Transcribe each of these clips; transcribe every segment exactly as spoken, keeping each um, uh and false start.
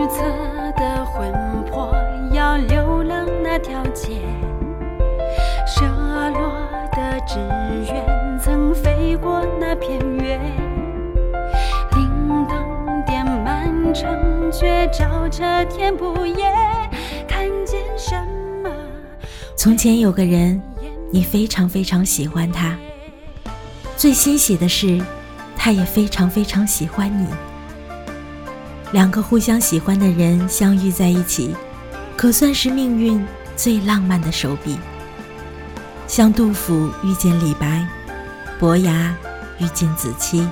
测的魂魄要流浪那条街，射落的志愿曾飞过那片月，灵灯点满城却照着天不夜，看见什么？ 从前有个人，你非常非常喜欢他，最欣喜的是他也非常非常喜欢你。两个互相喜欢的人相遇在一起，可算是命运最浪漫的手笔。像杜甫遇见李白，伯牙遇见子期。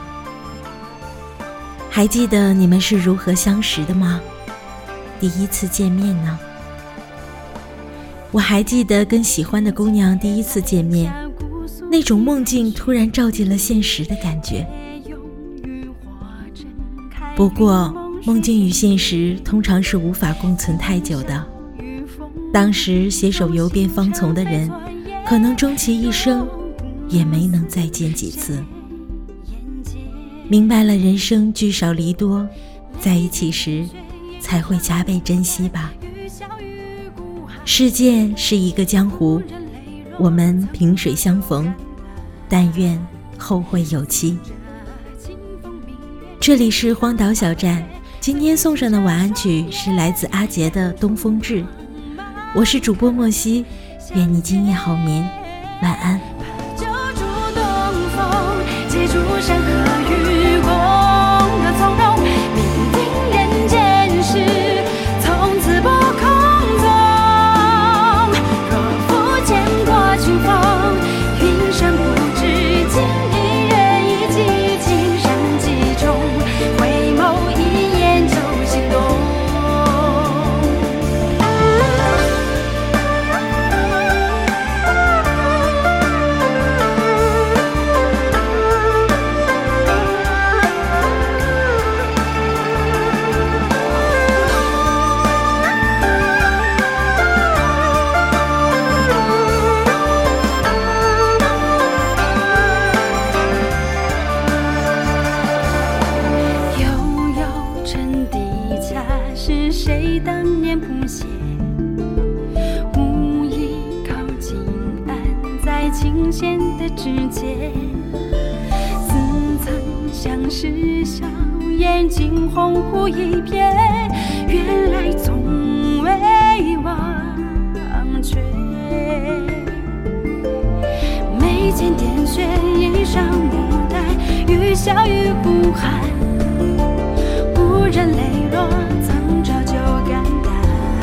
还记得你们是如何相识的吗？第一次见面呢？我还记得跟喜欢的姑娘第一次见面，那种梦境突然照进了现实的感觉。不过梦境与现实通常是无法共存太久的，当时携手游遍芳丛的人，可能终其一生也没能再见几次。明白了人生聚少离多，在一起时才会加倍珍惜吧。世界是一个江湖，我们萍水相逢，但愿后会有期。这里是荒岛小站，今天送上的晚安曲是来自阿杰的《东风至》。我是主播莫西，愿你今夜好眠，晚安。 就住东风，记住山河与共的从容，命定人间事，从此不空踪。若不见过群峰，云深不知今一人一骑，青山几重，回眸一眼就心动。是谁当年谱写？无意靠近岸，在琴弦的指尖，似曾相识，笑眼惊鸿鹄一瞥，原来从未忘却。眉间点穴，衣裳不带，雨笑与呼喊，无人泪落，曾照旧肝胆。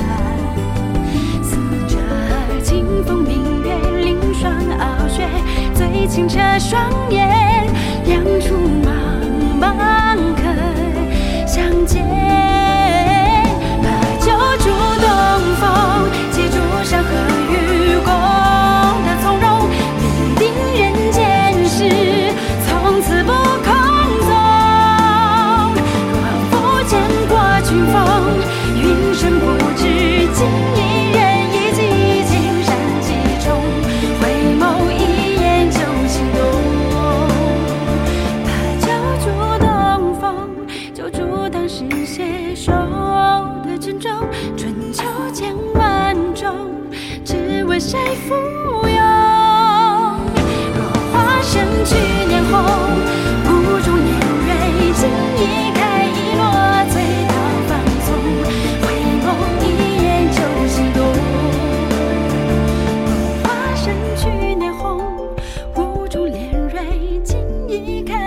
似这清风明月，凌霜傲雪，最清澈双眼，两处茫茫可相见。把酒祝东风，记住山河与共的从容，命定人间事，从此不空踪。若不见过群峰，云深不知今一人一骑，青山几重，回眸一眼就心动。把酒祝东风，就祝当时携手的珍重，春秋千万种，只为谁附庸。若花胜去年红，不如年蕊尽一开一落，醉倒放纵，回眸一眼就心动。若花胜去年红，不如年蕊尽一开